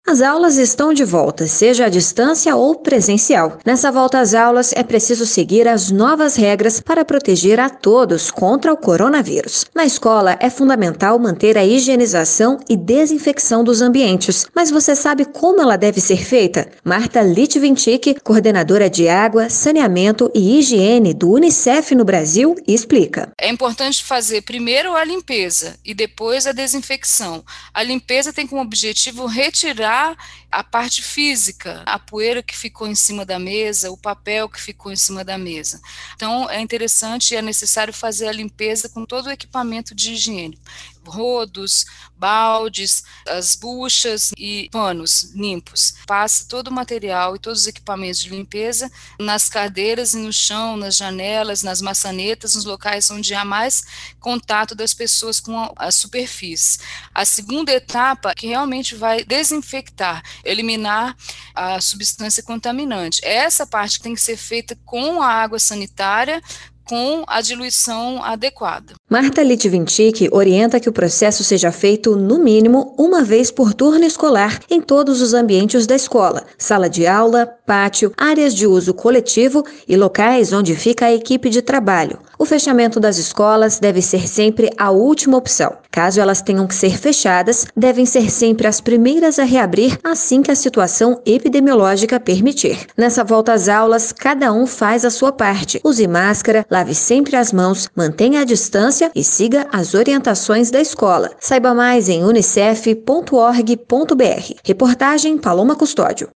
As aulas estão de volta, seja à distância ou presencial. Nessa volta às aulas, é preciso seguir as novas regras para proteger a todos contra o coronavírus. Na escola, é fundamental manter a higienização e desinfecção dos ambientes. Mas você sabe como ela deve ser feita? Marta Litvinchik, coordenadora de água, saneamento e higiene do Unicef no Brasil, explica. É importante fazer primeiro a limpeza e depois a desinfecção. A limpeza tem como objetivo retirar a parte física, a poeira que ficou em cima da mesa, o papel que ficou em cima da mesa. Então, é interessante e é necessário fazer a limpeza com todo o equipamento de higiene. Rodos, baldes, as buchas e panos limpos. Passa todo o material e todos os equipamentos de limpeza nas cadeiras e no chão, nas janelas, nas maçanetas, nos locais onde há mais contato das pessoas com a superfície. A segunda etapa, que realmente vai desinfectar, eliminar a substância contaminante. Essa parte tem que ser feita com a água sanitária, com a diluição adequada. Marta Litvinchik orienta que o processo seja feito, no mínimo, uma vez por turno escolar em todos os ambientes da escola, sala de aula, pátio, áreas de uso coletivo e locais onde fica a equipe de trabalho. O fechamento das escolas deve ser sempre a última opção. Caso elas tenham que ser fechadas, devem ser sempre as primeiras a reabrir assim que a situação epidemiológica permitir. Nessa volta às aulas, cada um faz a sua parte. Use máscara, lave sempre as mãos, mantenha a distância e siga as orientações da escola. Saiba mais em unicef.org.br. Reportagem Paloma Custódio.